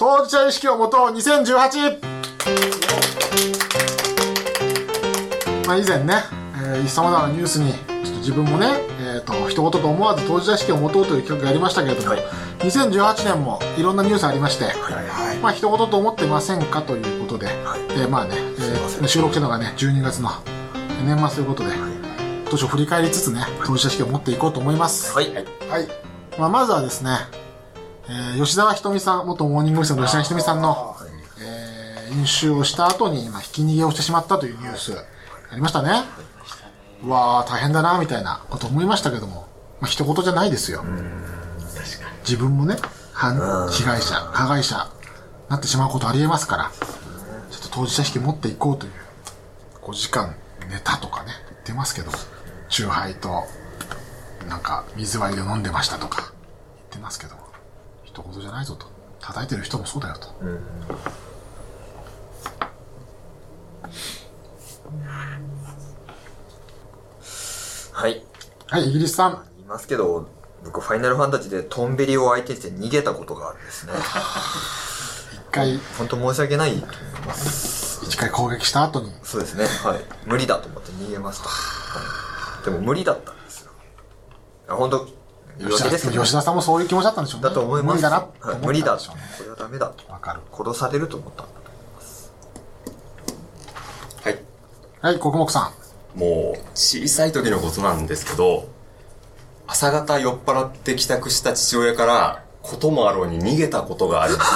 当事者意識を持とう2018。以前ね、様々なニュースにちょっと自分もね、一言と思わず当事者意識を持とうという企画がありましたけれども、はい、2018年もいろんなニュースありまして、はい、一言と思ってませんかということで、はい、収録してるのがね12月の年末ということで、はい、今年を振り返りつつね当事者意識を持っていこうと思います。はい、はい、まずはですね、吉沢ひとみさん、元モーニング娘。の吉沢ひとみさんの、飲酒をした後にひき逃げをしてしまったというニュースありましたね。うわー大変だなみたいなこと思いましたけども、一言じゃないですよ。自分もね被害者加害者なってしまうことありえますから、ちょっと当事者意識持っていこうという5時間寝たとかね言ってますけど、チューハイとなんか水割りで飲んでましたとか言ってますけど、一言じゃないぞと。叩いてる人もそうだよと。 はい。 はい、イギリスさん。 言いますけど、僕ファイナルファンタジーでトンベリを相手にして逃げたことがあるんですね。 一回。 本当申し訳ないと思います。 一回攻撃した後に。 そうですね。はい。無理だと思って逃げました。はい、でも無理だったんですよ。本当吉田さんもそういう気持ちだったんでしょうね。 だと思います。 無理だなって思ったんでしょうね。 無理だ。これはダメだと。 わかる。 殺されると思ったんだと思います。はい。 はい、国木さん。 もう小さい時のことなんですけど、朝方酔っ払って帰宅した父親からこともあろうに逃げたことがあるんです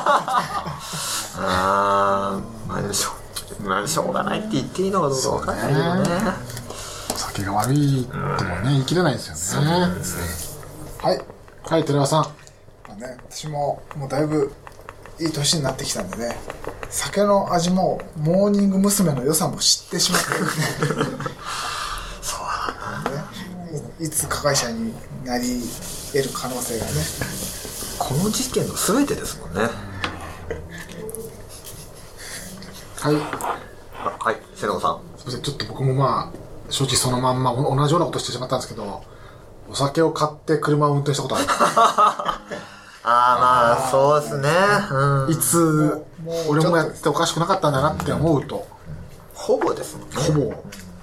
よ。しょうがないって言っていいのかどうか分かんないけどね。 お酒が悪いともね言い切れないですよね。そうですね。はい、はい、寺尾さん。 私ももうだいぶいい年になってきたんでね、酒の味もモーニング娘。の良さも知ってしまってるね。そうだね。いつ加害者になり得る可能性がね。 この事件の全てですもんね。 はい。 はい、瀬野さん。 すみません、ちょっと僕も正直そのまんま同じようなことしてしまったんですけど、お酒を買って車を運転したことある。 そうですね。 いつ俺もやっておかしくなかったんだなって思うと、 ほぼですもんね。 ほぼ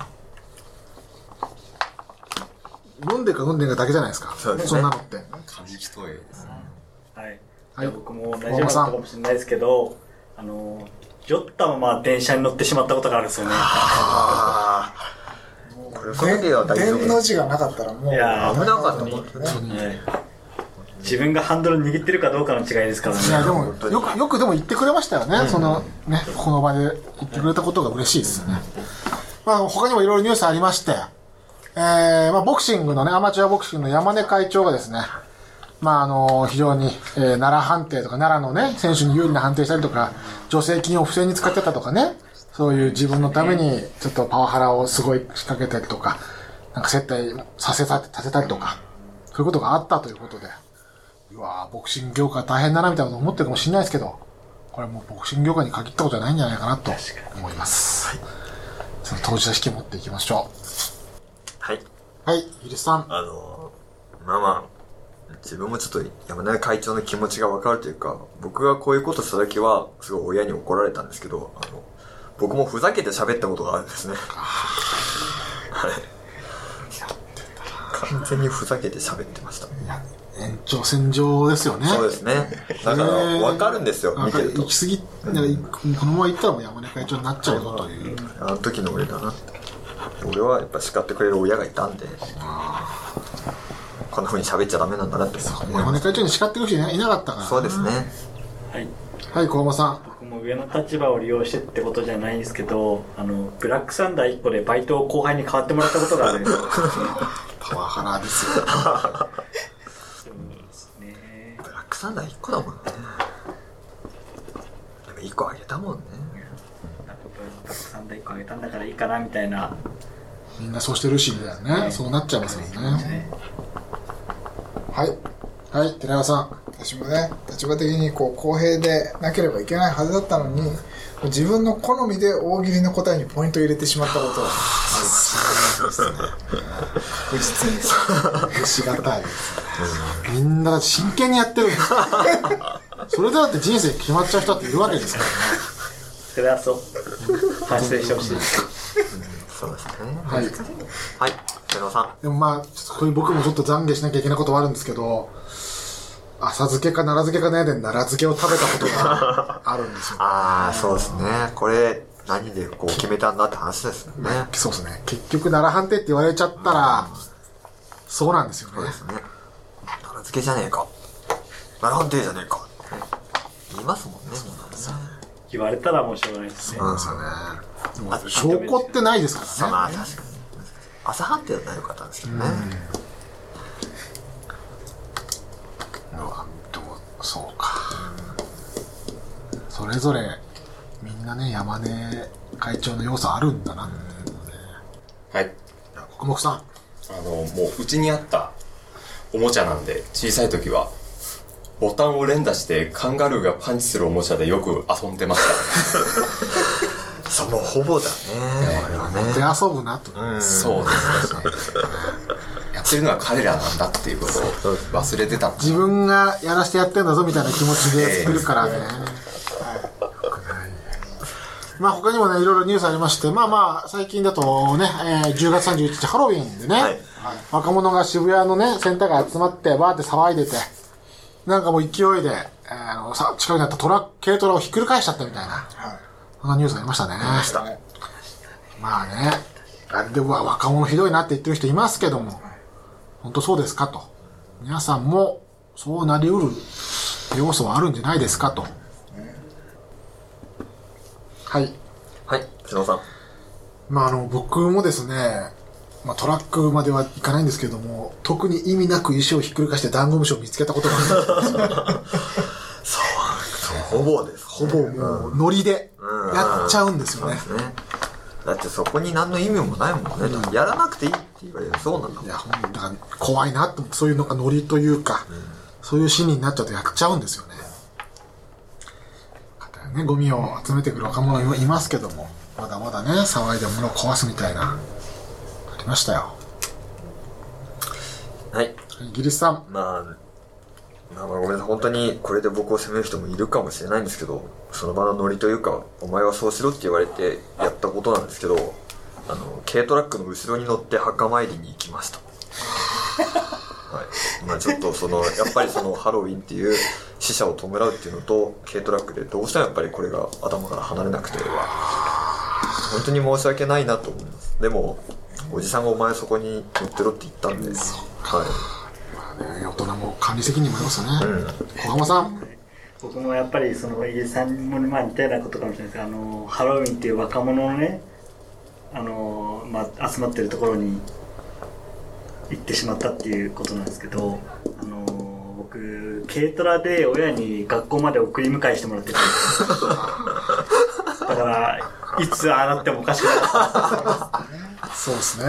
飲んでか飲んでかだけじゃないですか。そんなのって紙一重ですね。 はい。僕も同じようなことかもしれないですけど、酔ったまま電車に乗ってしまったことがあるんですよね。 これその時は大丈夫。 電の字がなかったらもう危なかったもんね。自分がハンドル握ってるかどうかの違いですからね。 いやでもよくでも言ってくれましたよね。そのねこの場で言ってくれたことが嬉しいですよね。他にもいろいろニュースありまして、ボクシングのねアマチュアボクシングの山根会長がですね、非常に、奈良判定とか奈良のね選手に有利な判定したりとか、助成金を不正に使ってたとかね、そういう自分のためにちょっとパワハラをすごい仕掛けたりとか、なんか接待させたりとか、そういうことがあったということで、うわーボクシング業界大変だなみたいなこと思ってるかもしれないですけど、これもうボクシング業界に限ったことじゃないんじゃないかなと思います。はい、その当事者意識を持っていきましょう。 はい。 はい、ゆりさん。 自分もちょっと山根会長の気持ちがわかるというか、僕がこういうことした時はすごい親に怒られたんですけど、僕もふざけて喋ったことがあるんですね。はい。完全にふざけて喋ってました。 延長線上ですよね。 そうですね。だからわかるんですよ、見てると。 行き過ぎ、このまま行ったらもう山根会長になっちゃうぞという。 あの時の俺だなって。俺はやっぱ叱ってくれる親がいたんで、こんな風に喋っちゃダメなんだなって思います。 山根会長に叱ってる人いなかったから。 そうですね。 はい。 はい、小浜さん。 僕も上の立場を利用してってことじゃないんですけど、ブラックサンダー1個でバイトを後輩に変わってもらったことがあるんですよ。 パワハラですよ。 そうですね。 ブラックサンダー1個だもんね。でも1個あげたもんね。 ブラックサンダー1個あげたんだからいいかなみたいな。 みんなそうしてるしみたいなね。そうなっちゃいますよね。はい。はい、寺山さん。 私もね、立場的に公平でなければいけないはずだったのに、自分の好みで大喜利の答えにポイントを入れてしまったことがあります。確実に。 しがたいです。みんな真剣にやってるんです。 それでだって人生決まっちゃう人っているわけですからね。 それはそう。反省してほしい。 そうですね。 はい。 はい。瀬野さん。 でもまあ、ちょっとこれ僕もちょっと懺悔しなきゃいけないことはあるんですけど、浅漬けか奈良漬けか悩んで奈良漬けを食べたことがあるんですよ。 ああ、そうですね。これ、何でこう決めたんだって話ですよね。 そうですね。結局奈良判定って言われちゃったら、そうなんですよね。 そうですね。奈良漬けじゃねえか。奈良判定じゃねえか。言いますもんね、もうね。 言われたらもうしょうがないですね。 そうなんですよね。でも証拠ってないですからね。 まあ確かに。朝判定だったらよかったんですけどね。 でも、そうか。それぞれ、みんなね、山根会長の要素あるんだなっていうので。 はい。 国木さん。 もう、うちにあったおもちゃなんで、小さい時は、ボタンを連打してカンガルーがパンチするおもちゃでよく遊んでました。 そう、もうほぼだね。これはね。 手遊ぶなと。 そうですね。やってるのは彼らなんだっていうことを忘れてた。 自分がやらしてやってんだぞみたいな気持ちで作るからね。まあ他にもね、いろいろニュースありまして、まあまあ、最近だとね、10月31日ハロウィンでね、 はい、 若者が渋谷のね、センター街集まって、バーって騒いでて、なんかもう勢いで、近くにあった軽トラをひっくり返しちゃったみたいな、そんなニュースがありましたね。まあね、あれで若者ひどいなって言ってる人いますけども、本当そうですかと。皆さんもそうなりうる要素はあるんじゃないですかと。はい。 はい、瀬野さん。 まあ僕もですね、まあトラックまではいかないんですけども、特に意味なく石をひっくり返してダンゴムシを見つけたことがあるんですよ。 そう、ほぼです。 ほぼもうノリでやっちゃうんですよね。 そうですね。だってそこに何の意味もないもんね。やらなくていいって言われる。そうなんだもん。 いや、だから怖いなって、そういうのがノリというか、そういう心理になっちゃうとやっちゃうんですよね。ね、ゴミを集めてくる若者いますけども、まだまだね、騒いで物を壊すみたいな、ありましたよ。 はい。 イギリスさん。 まあごめんなさい。本当にこれで僕を責める人もいるかもしれないんですけど、その場のノリというか、お前はそうしろって言われてやったことなんですけど、軽トラックの後ろに乗って墓参りに行きました。はい。まあちょっとやっぱりハロウィンっていう死者を弔うっていうのと、軽トラックでどうしてもやっぱりこれが頭から離れなくて、本当に申し訳ないなと思います。でも、おじさんがお前そこに乗ってろって言ったんで、はい。 まあね、大人も管理責任もありますよね。小浜さん。 僕もやっぱりイギリスさんにも似たようなことかもしれないですけど、ハロウィンっていう若者のね、集まってるところに行ってしまったっていうことなんですけど、僕軽トラで親に学校まで送り迎えしてもらってたんですよ。だからいつああなってもおかしくなかった。 そうですね。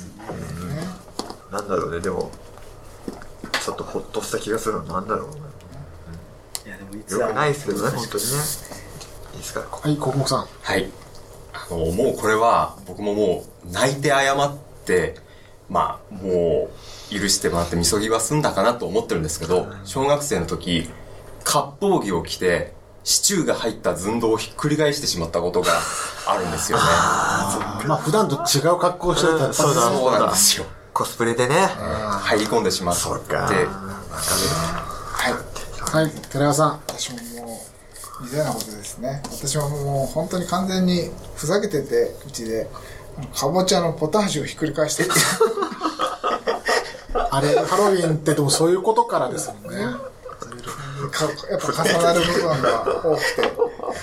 なんだろうね、でもちょっとホッとした気がするのはなんだろうね。 いやでもいつよくないですけどね、本当にね。いいですか。 はい、国木さん。 はい。もうこれは僕ももう泣いて謝って、まあもう許してもらってみそぎは済んだかなと思ってるんですけど、小学生の時割烹着を着てシチューが入った寸胴をひっくり返してしまったことがあるんですよね。 まあ普段と違う格好をしてたらそうなんですよ。 コスプレでね、 入り込んでしまって。 はい、寺川さん。 私ももう似たようなことですね。私はもう本当に完全にふざけてて、うちでかぼちゃのポタージュをひっくり返してあれハロウィンってでもそういうことからですもんね。 やっぱ重なる部分が多くて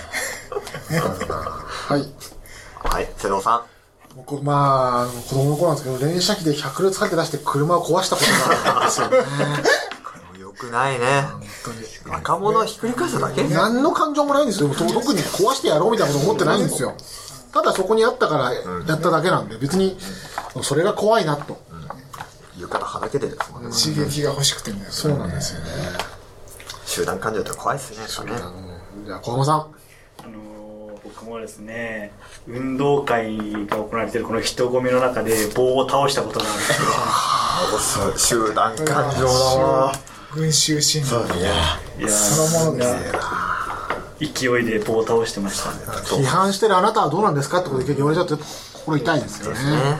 はいはい、瀬戸さん。 僕まあ子供の頃なんですけど、連射機で100列かけて出して車を壊したことがあるんですよね。 これもよくないね。本当に若者をひっくり返しただけ。 何の感情もないんですよ。特に壊してやろうみたいなこと思ってないんですよ。ただそこにあったからやっただけなんで、別にそれが怖いなと。 浴衣はだけでですもんね。 刺激が欲しくてね。 そうなんですよね。 集団感情って怖いですね。 じゃあ小浜さん。 僕もですね、運動会が行われているこの人混みの中で棒を倒したことがあるんですよ。 集団感情だわ。 群衆心理いやそのものですね。 勢いで棒を倒してましたね。 批判してるあなたはどうなんですかってことで言われちゃって心痛いですよね。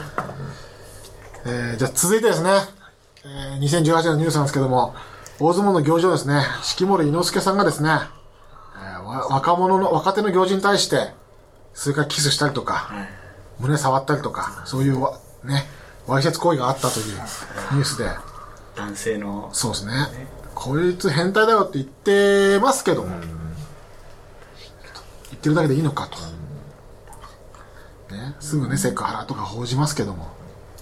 じゃあ続いてですね、2018年のニュースなんですけども、大相撲の行事をですね、式守伊之助さんがですね、若手の行事に対して数回キスしたりとか、胸触ったりとか、そういうね、わいせつ行為があったというニュースで、 男性の。 そうですね。こいつ変態だよって言ってますけども、言ってるだけでいいのかと。ね、すぐね、セクハラとか報じますけども、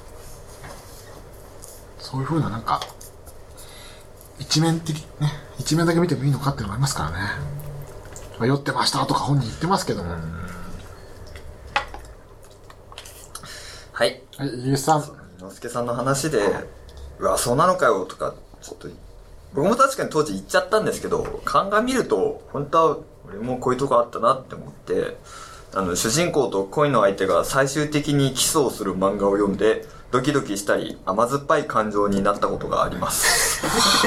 そういう風ななんか、一面だけ見てもいいのかっていうのがありますからね。酔ってましたとか本人言ってますけども。 はい。 はい、イギリスさん。 伊之助さんの話で、うわ、そうなのかよとか、ちょっと、僕も確かに当時言っちゃったんですけど、鑑みると、本当は俺もこういうとこあったなって思って、主人公と恋の相手が最終的にキスをする漫画を読んで、ドキドキしたり甘酸っぱい感情になったことがあります。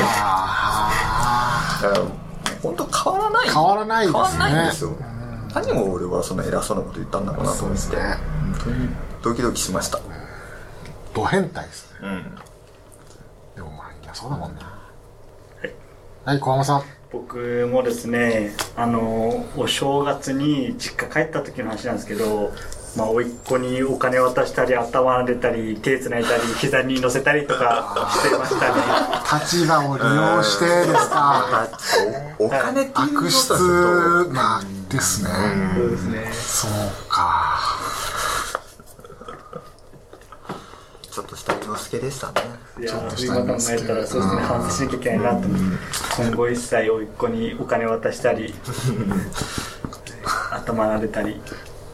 本当変わらない。 変わらないですね。 変わらないんですよ。何も俺はそんな偉そうなこと言ったんだろうなと思って、本当にドキドキしました。 ド変態ですね。 うん。 でもまあみんなそうだもんな。はい、小浜さん。 僕もですね、お正月に実家帰った時の話なんですけど、まあ、甥っ子にお金渡したり、頭撫でたり、手繋いだり、膝に乗せたりとかしてましたね。 立場を利用してですか。 お金っていう悪質なですね。 そうですね。 そうか。 ちょっとした伊之助でしたね。 いや今考えたらそうですね、反省しなきゃいけないなと思って、今後一切甥っ子にお金渡したり頭撫でたり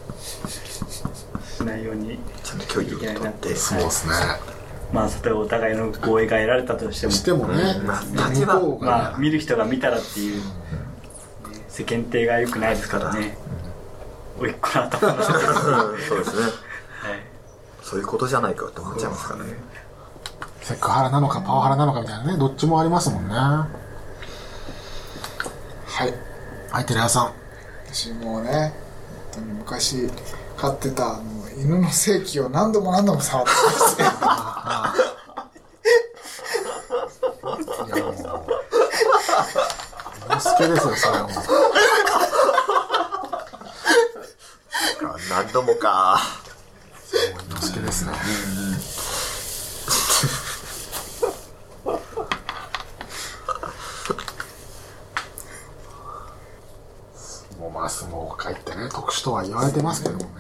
しないようにちゃんと距離を取って。 そうですね。 まあ例えばお互いの合意が得られたとしてもね、 立場まあ見る人が見たらっていう世間体が良くないですからね。甥っ子の頭撫でてそうですね。 はい、 そういうことじゃないかって思っちゃいますからね。 セクハラなのかパワハラなのかみたいなね、どっちもありますもんね。はい。はい、寺谷さん。 私もね、本当に昔飼ってた犬の性器を何度も触ってましていやもう、伊之助ですよ、それはもう。 何度もか。 伊之助ですね。もうまあ相撲界ってね、特殊とは言われてますけどもね。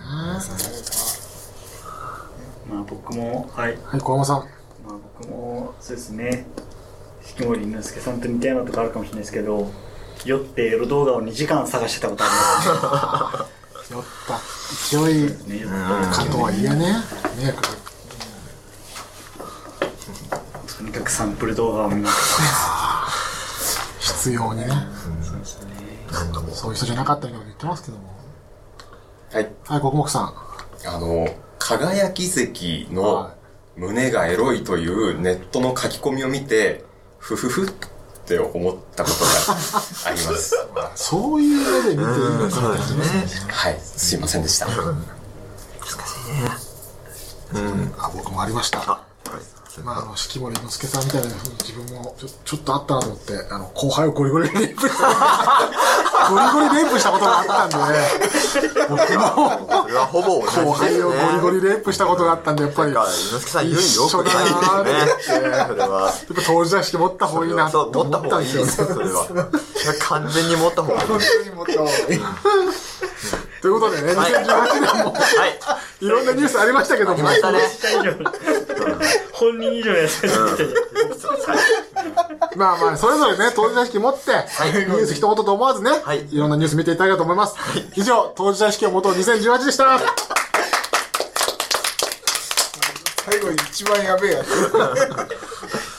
まあ僕もはい、小浜さん。 まあ僕もそうですね、式守伊之助さんと似たようなとこあるかもしれないですけど、酔ってエロ動画を2時間探してたことあります。 酔った勢いかとはいえね、迷惑。 とにかくサンプル動画を見ました。 必要にね。 そうですね。 そういう人じゃなかったようなこと言ってますけども。 はい。 はい、国木さん。 輝き関の胸がエロいというネットの書き込みを見て、ふふふって思ったことがあります。 そういう目で見ていいのかなってね。 はい、すいませんでした。 難しいね。 僕もありました。まあ、式守伊之助さんみたいな風に自分もちょっとあったなと思って、後輩をゴリゴリレイプしたことがあったんで、僕も、 それはほぼ同じですね。 後輩をゴリゴリレイプしたことがあったんで、やっぱり。 伊之助さん言うによくないですね。それは。 やっぱ当時は式持った方がいいなと思ったんですよ。 それは。完全に持った方がいい。 本当に持った方がいい。 ということでね、2018年も、いろんなニュースありましたけども、 本人以上やってる。 まあまあ、それぞれね、当事者意識持って、ニュース一言と思わずね、いろんなニュース見ていただけたと思います。以上、当事者意識を持とう2018でした。 最後に一番やべえやつ。